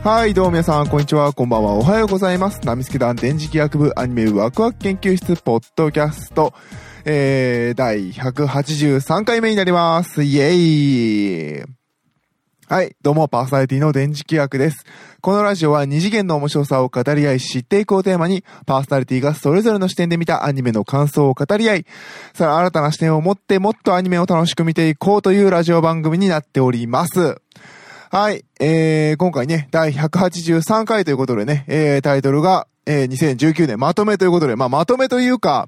はい、どうも皆さん、こんにちは、こんばんは、おはようございます。ナミスケ団電磁気学部アニメワクワク研究室ポッドキャスト、第183回目になります。イエーイ。はい、どうもパーソナリティの電磁気学です。このラジオは二次元の面白さを語り合い知っていこうテーマに、パーソナリティがそれぞれの視点で見たアニメの感想を語り合い、さら新たな視点を持ってもっとアニメを楽しく見ていこうというラジオ番組になっております。はい、今回ね、第183回ということでね、タイトルが、2019年まとめということで、まとめというか、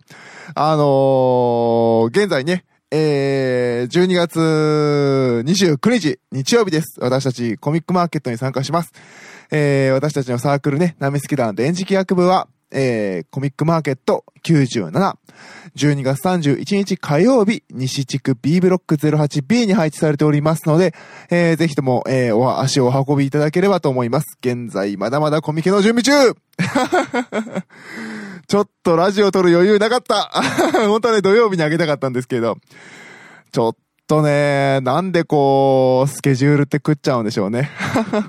現在ね、12月29日、日曜日です。私たちコミックマーケットに参加します。私たちのサークルね、ナミスケ団電磁気学部は、コミックマーケット97、12月31日火曜日、西地区 B ブロック 08B に配置されておりますので、ぜひとも、足をお運びいただければと思います。現在、まだまだコミケの準備中ちょっとラジオ撮る余裕なかった本当はね、土曜日にあげたかったんですけど、ちょっとね、なんでこう、スケジュールって食っちゃうんでしょうね。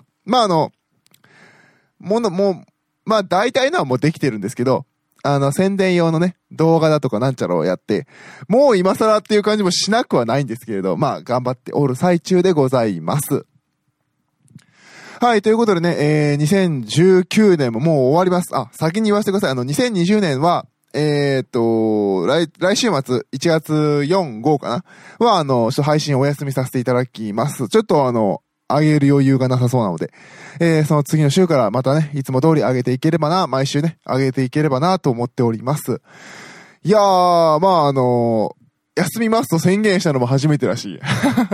大体のはもうできてるんですけど、宣伝用のね、動画だとかなんちゃらをやって、もう今更っていう感じもしなくはないんですけれど、頑張っておる最中でございます。はい、ということでね、2019年ももう終わります。先に言わせてください。2020年は、来週末、1月4、5かなは、ちょっと配信お休みさせていただきます。ちょっと上げる余裕がなさそうなので、その次の週からまたね、いつも通り上げていければな、毎週ね、上げていければなと思っております。いやー、休みますと宣言したのも初めてらしい。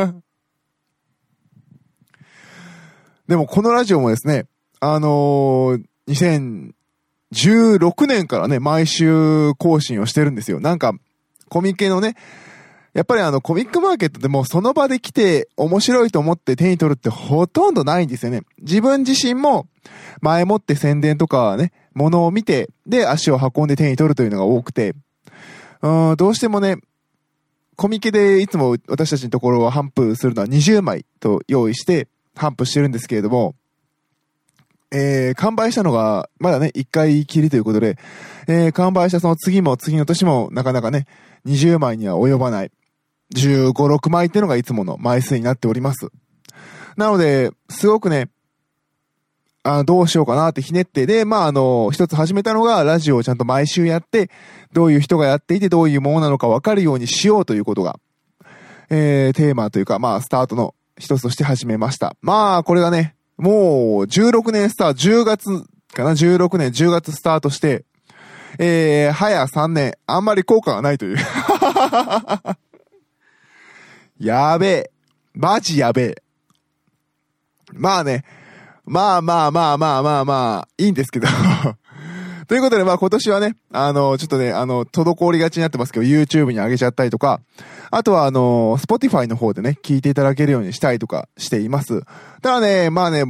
でもこのラジオもですね、2016年からね、毎週更新をしてるんですよ。なんか、コミケのね、やっぱりコミックマーケットでもその場で来て面白いと思って手に取るってほとんどないんですよね。自分自身も前もって宣伝とかね、ものを見て、で足を運んで手に取るというのが多くて、どうしてもね、コミケでいつも私たちのところは頒布するのは20枚と用意して頒布してるんですけれども、完売したのがまだね、1回きりということで、完売したその次の年もなかなかね、20枚には及ばない。15、6枚っていうのがいつもの枚数になっております。なので、すごくね、どうしようかなってひねって、で、一つ始めたのが、ラジオをちゃんと毎週やって、どういう人がやっていて、どういうものなのか分かるようにしようということが、テーマというか、スタートの一つとして始めました。これがね、もう、16年10月かな、16年10月スタートして、早3年、あんまり効果がないという。やべえ。マジやべえ。いいんですけど。ということで、今年はね、ちょっとね、滞りがちになってますけど、YouTube に上げちゃったりとか、あとはSpotify の方でね、聞いていただけるようにしたいとかしています。ただね、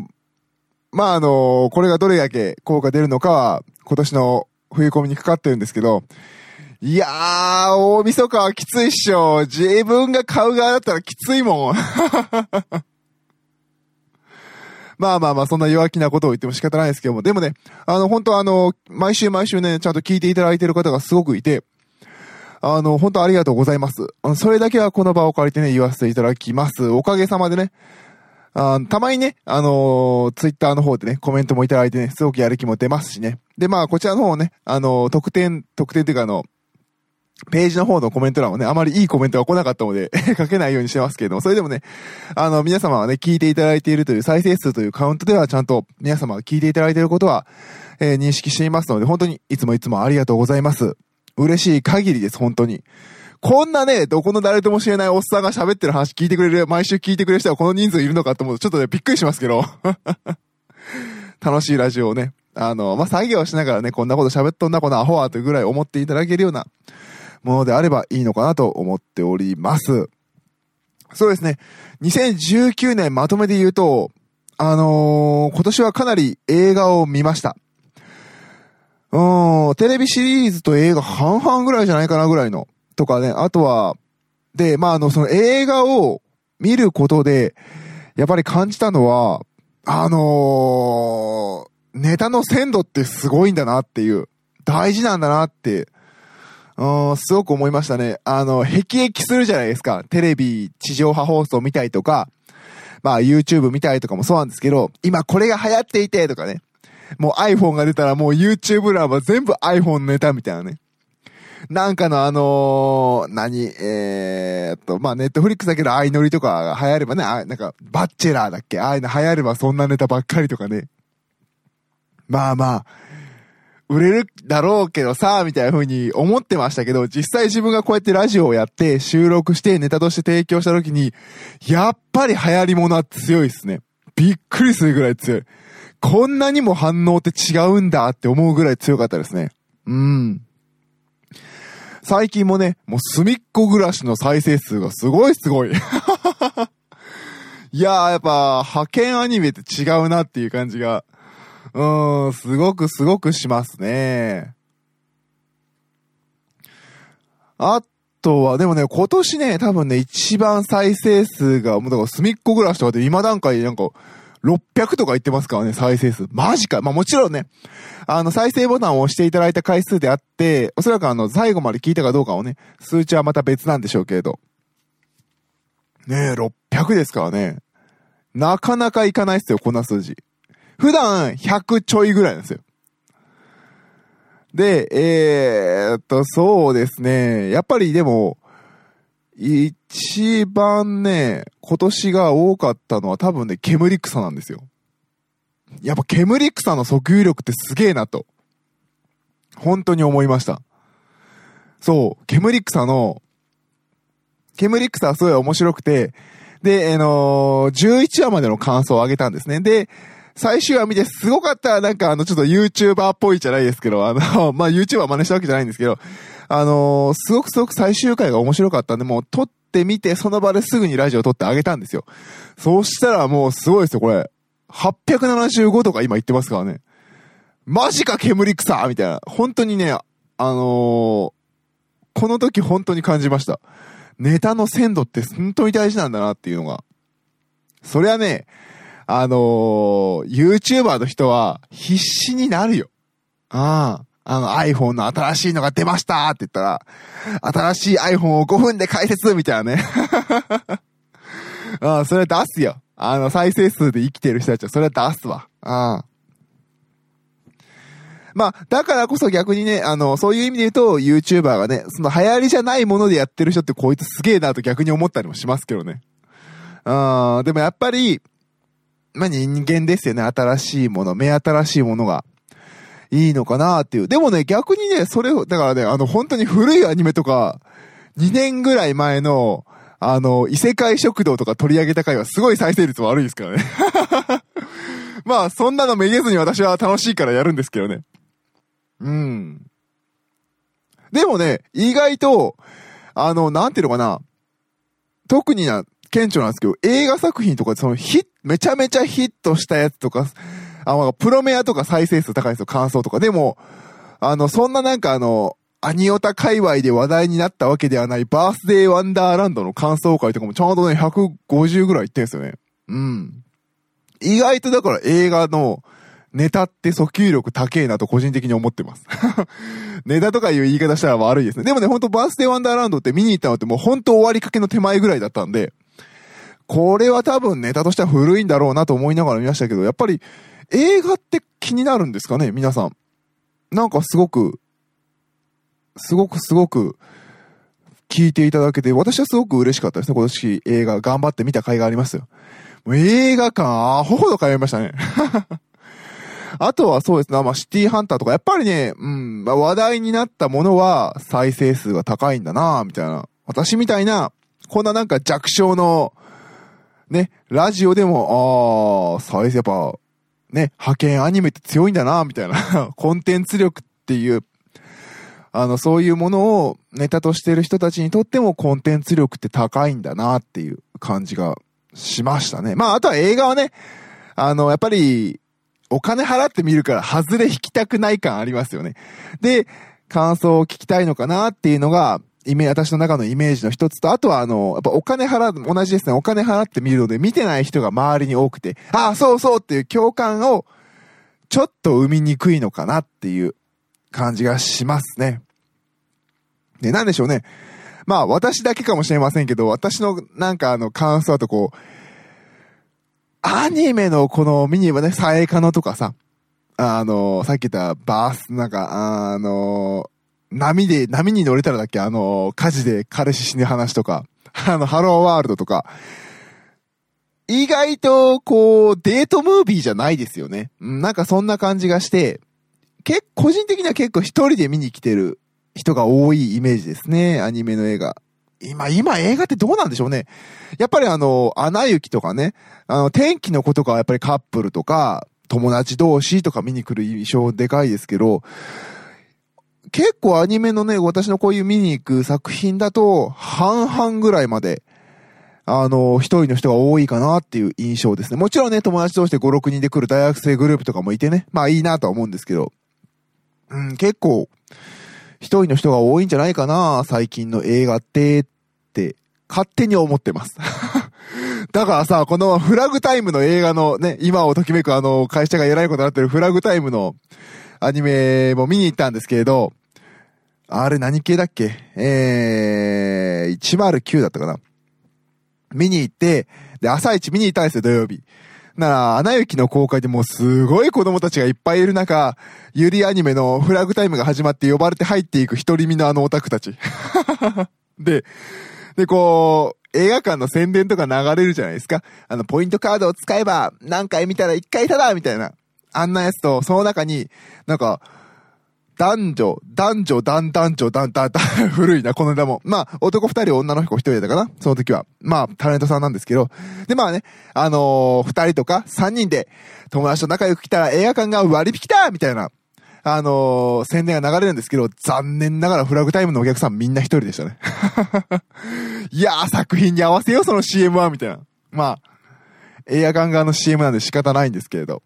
これがどれだけ効果出るのかは、今年の冬コミにかかってるんですけど、いやー、大晦日はきついっしょ。自分が買う側だったらきついもん。そんな弱気なことを言っても仕方ないですけども。でもね、本当毎週ね、ちゃんと聞いていただいている方がすごくいて、本当ありがとうございます。それだけはこの場を借りてね、言わせていただきます。おかげさまでね、たまにね、ツイッターの方でね、コメントもいただいてね、すごくやる気も出ますしね。で、こちらの方ね、特典っていうかページの方のコメント欄もね、あまりいいコメントが来なかったので書けないようにしてますけれども、それでもね、皆様はね、聞いていただいているという再生数というカウントではちゃんと皆様が聞いていただいていることは、認識していますので、本当にいつもありがとうございます。嬉しい限りです、本当に。こんなね、どこの誰とも知れないおっさんが喋ってる話聞いてくれる、毎週聞いてくれる人はこの人数いるのかと思うと、ちょっとね、びっくりしますけど。楽しいラジオをね、作業しながらね、こんなこと喋っとんな、このアホはというぐらい思っていただけるようなものであればいいのかなと思っております。そうですね。2019年まとめで言うと、今年はかなり映画を見ました。テレビシリーズと映画半々ぐらいじゃないかなぐらいの。とかね、あとは、で、その映画を見ることで、やっぱり感じたのは、 ネタの鮮度ってすごいんだなっていう、大事なんだなって、すごく思いましたね。辟易するじゃないですか。テレビ、地上波放送見たりとか、まあ YouTube 見たりとかもそうなんですけど、今これが流行っていてとかね。もう iPhone が出たらもう YouTube らは全部 iPhone のネタみたいなね。なんかのまあ、Netflix だけど相乗りとかが流行ればね、なんか、バッチェラーだっけ、ああいうの流行ればそんなネタばっかりとかね。まあまあ、売れるだろうけどさ、みたいな風に思ってましたけど、実際自分がこうやってラジオをやって収録してネタとして提供した時に、やっぱり流行り物は強いですね。びっくりするぐらい強い。こんなにも反応って違うんだって思うぐらい強かったですね。最近もね、もう隅っこ暮らしの再生数がすごい。いやー、やっぱ派遣アニメって違うなっていう感じが、すごくしますね。あとは、でもね、今年ね、多分ね、一番再生数が、もうだから隅っこ暮らしとかで今段階なんか、600とか言ってますからね、再生数。マジか。まあもちろんね、再生ボタンを押していただいた回数であって、おそらく最後まで聞いたかどうかをね、数値はまた別なんでしょうけれど。ねえ、600ですからね。なかなかいかないっすよ、こんな数字。普段100ちょいぐらいなんですよ。で、そうですね。やっぱりでも、一番ね、今年が多かったのは多分ね、煙草なんですよ。やっぱ煙草の訴求力ってすげえなと。本当に思いました。そう、煙草はすごい面白くて、で、11話までの感想を上げたんですね。で、最終話見てすごかったらなんかちょっと YouTuber っぽいじゃないですけど、まあ、YouTuber 真似したわけじゃないんですけど、すごく最終回が面白かったんで、もう撮ってみて、その場ですぐにラジオ撮ってあげたんですよ。そうしたらもうすごいですよ、これ。875とか今言ってますからね。マジか煙草みたいな。本当にね、この時本当に感じました。ネタの鮮度って本当に大事なんだなっていうのが。そりゃね、YouTuber の人は必死になるよ。iPhone の新しいのが出ましたって言ったら、新しい iPhone を5分で解説みたいなね。それ出すよ。再生数で生きてる人たちはそれは出すわ。まあ、だからこそ逆にね、そういう意味で言うと、YouTuber がね、その流行りじゃないものでやってる人ってこいつすげえなと逆に思ったりもしますけどね。でもやっぱり、まあ、人間ですよね。新しいもの、目新しいものがいいのかなっていう。でもね、逆にね、だからね、本当に古いアニメとか、2年ぐらい前の、異世界食堂とか取り上げた回はすごい再生率悪いですからね。まあ、そんなのめげずに私は楽しいからやるんですけどね。でもね、意外と、なんていうのかな。特に顕著なんですけど、映画作品とかめちゃめちゃヒットしたやつとか、プロメアとか再生数高いんですよ、感想とか。でも、そんななんかアニオタ界隈で話題になったわけではないバースデーワンダーランドの感想会とかもちゃんとね、150ぐらいいってんすよね。意外とだから映画のネタって訴求力高えなと個人的に思ってます。ネタとかいう言い方したら悪いですね。でもね、ほんとバースデーワンダーランドって見に行ったのってもうほんと終わりかけの手前ぐらいだったんで、これは多分ネタとしては古いんだろうなと思いながら見ましたけど、やっぱり映画って気になるんですかね、皆さん。なんかすごく聞いていただけて、私はすごく嬉しかったですね。今年映画頑張って見た甲斐がありますよ。もう映画館アホほど通いましたね。あとはそうですね、まあシティハンターとか、やっぱりね、まあ、話題になったものは再生数が高いんだなみたいな。私みたいな、こんななんか弱小の、ね、ラジオでも、再生やっぱ、ね、派遣アニメって強いんだなみたいな。コンテンツ力っていう、そういうものをネタとしてる人たちにとってもコンテンツ力って高いんだなっていう感じがしましたね。まあ、あとは映画はね、やっぱり、お金払って見るから外れ引きたくない感ありますよね。で、感想を聞きたいのかなっていうのが、 私の中のイメージの一つと、あとはやっぱ同じですね、お金払って見るので、見てない人が周りに多くて、ああ、そうそうっていう共感を、ちょっと生みにくいのかなっていう感じがしますね。で、なんでしょうね。まあ、私だけかもしれませんけど、私の感想だとアニメの見にはね、サエカノとかさ、さっき言った波に乗れたらだっけ火事で彼氏死ぬ話とか、ハローワールドとか、意外とデートムービーじゃないですよね。そんな感じがして、個人的には結構一人で見に来てる人が多いイメージですね、アニメの映画。今映画ってどうなんでしょうね。やっぱりアナ雪とかね、天気の子とかはやっぱりカップルとか、友達同士とか見に来る印象でかいですけど、結構アニメのね、私のこういう見に行く作品だと、半々ぐらいまで、一人の人が多いかなっていう印象ですね。もちろんね、友達同士で5、6人で来る大学生グループとかもいてね、まあいいなとは思うんですけど、結構、一人の人が多いんじゃないかな、最近の映画って、勝手に思ってます。だからさ、このフラグタイムの映画のね、今をときめく会社が偉いことになってるフラグタイムのアニメも見に行ったんですけれど、あれ何系だっけ109だったかな、見に行って、で、朝一見に行ったんですよ、土曜日。なら、アナ雪の公開でもうすごい子供たちがいっぱいいる中、ゆりアニメのフラグタイムが始まって呼ばれて入っていく一人身のオタクたち。で、映画館の宣伝とか流れるじゃないですか。ポイントカードを使えば、何回見たら1回ただみたいな。あんなやつと、その中に、男女、古いな、この間も。まあ、男2人、女の子1人だったかな、その時は。まあ、タレントさんなんですけど。で、まあね、2人とか3人で、友達と仲良く来たら映画館が割引だみたいな、宣伝が流れるんですけど、残念ながらフラグタイムのお客さんみんな1人でしたね。いやー、作品に合わせよう、その CM は、みたいな。まあ、映画館側の CM なんで仕方ないんですけれど。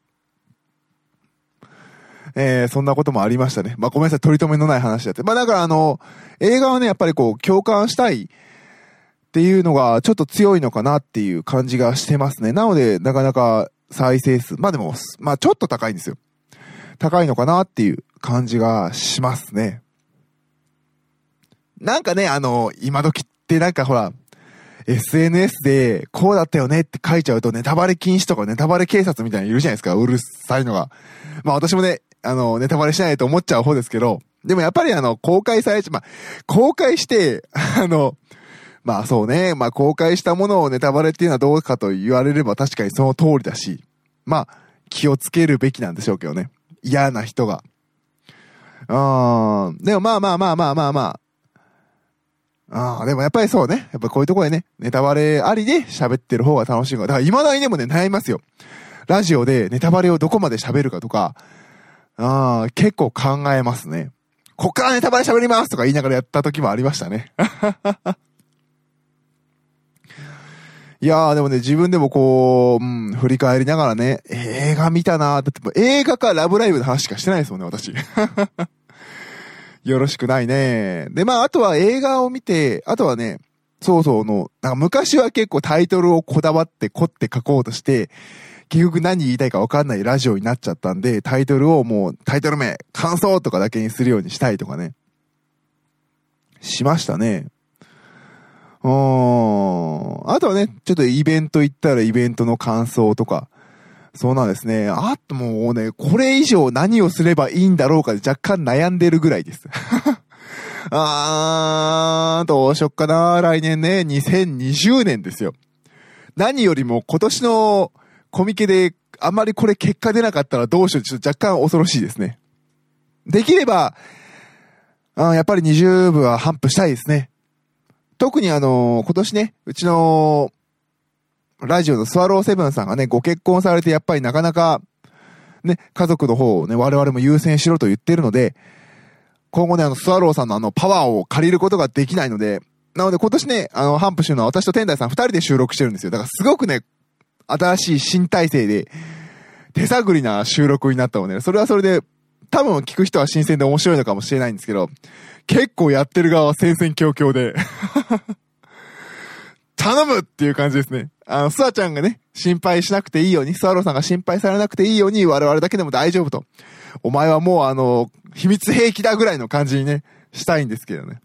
そんなこともありましたね。まあ、ごめんなさい、取り留めのない話だって。まあ、だから映画はね、やっぱり共感したいっていうのがちょっと強いのかなっていう感じがしてますね。なので、なかなか再生数、まあでも、まあちょっと高いんですよ。高いのかなっていう感じがしますね。なんかね、今時ってほら、SNS でこうだったよねって書いちゃうとネタバレ禁止とかネタバレ警察みたいにいるじゃないですか、うるさいのが。まあ私もね、ネタバレしないと思っちゃう方ですけど、でもやっぱり公開されちゃ、まあ、公開して、まあそうね、まあ公開したものをネタバレっていうのはどうかと言われれば確かにその通りだし、まあ気をつけるべきなんでしょうけどね。嫌な人が。でもまあ、でもやっぱりそうね。やっぱこういうところでね、ネタバレありで喋ってる方が楽しいから。だから未だにでもね、悩みますよ。ラジオでネタバレをどこまで喋るかとか、結構考えますね。こっからネタバレ喋りますとか言いながらやった時もありましたね。いやーでもね、自分でも振り返りながらね、映画見たなー。だって映画かラブライブの話しかしてないですもんね、私。よろしくないね。で、まあ、あとは映画を見て、あとはね、昔は結構タイトルをこだわって凝って書こうとして、結局何言いたいか分かんないラジオになっちゃったんで、タイトルをもう、タイトル名、感想とかだけにするようにしたいとかね。しましたね。あとはね、ちょっとイベント行ったらイベントの感想とか、そうなんですね。あともうね、これ以上何をすればいいんだろうかで若干悩んでるぐらいです。どうしよっかな。来年ね、2020年ですよ。何よりも今年のコミケであんまりこれ結果出なかったらどうしよう。ちょっと若干恐ろしいですね。できれば、やっぱり20部は頒布したいですね。特に今年ね、うちのラジオのスワローセブンさんがね、ご結婚されてやっぱりなかなかね、家族の方をね、我々も優先しろと言ってるので、今後ね、スワローさんのパワーを借りることができないので、なので今年ね、頒布してるのは私と天台さん2人で収録してるんですよ。だからすごくね、新しい新体制で、手探りな収録になったので、それはそれで多分聞く人は新鮮で面白いのかもしれないんですけど、結構やってる側は戦々恐々で、頼むっていう感じですね。スワちゃんがね、心配しなくていいように、スワローさんが心配されなくていいように、我々だけでも大丈夫と。お前はもう秘密兵器だぐらいの感じにね、したいんですけどね。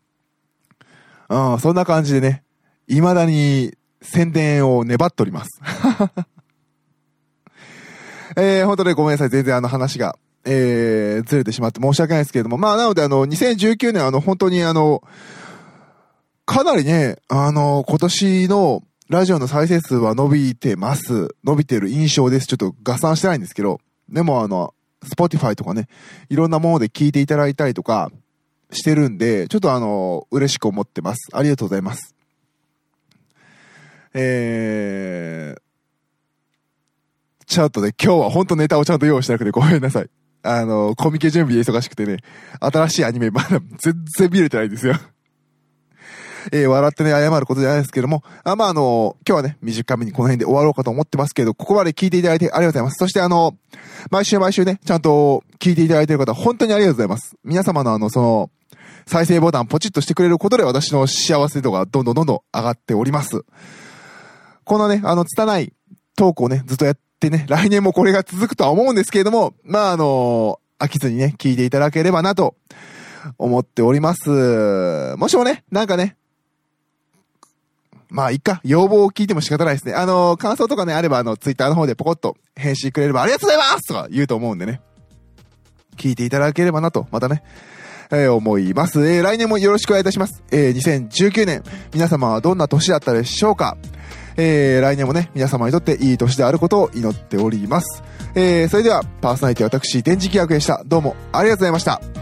そんな感じでね、未だに宣伝を粘っております。本当にごめんなさい。全然話が、ずれてしまって申し訳ないですけれども。まあ、なので2019年本当にかなりね、今年のラジオの再生数は伸びてます。伸びてる印象です。ちょっと合算してないんですけど。でもSpotify とかね、いろんなもので聞いていただいたりとかしてるんで、ちょっと嬉しく思ってます。ありがとうございます。ちょっとね、今日は本当ネタをちゃんと用意してなくてごめんなさい。コミケ準備で忙しくてね、新しいアニメまだ全然見れてないんですよ。笑ってね、謝ることじゃないですけども、今日はね、短めにこの辺で終わろうかと思ってますけど、ここまで聞いていただいてありがとうございます。そして毎週ね、ちゃんと聞いていただいている方、本当にありがとうございます。皆様の再生ボタンポチッとしてくれることで私の幸せ度がどんどん上がっております。このね、拙いトークをね、ずっとやってね、来年もこれが続くとは思うんですけれども、まあ飽きずにね、聞いていただければなと思っております。もしもね、なんかね、まあいいか、要望を聞いても仕方ないですね。感想とかね、あればツイッターの方でポコッと返信くれればありがとうございますとか言うと思うんでね。聞いていただければなと、またね、思います。来年もよろしくお願いいたします。2019年、皆様はどんな年だったでしょうか。来年もね、皆様にとっていい年であることを祈っております。それでは、パーソナリティ私、電磁気学でした。どうもありがとうございました。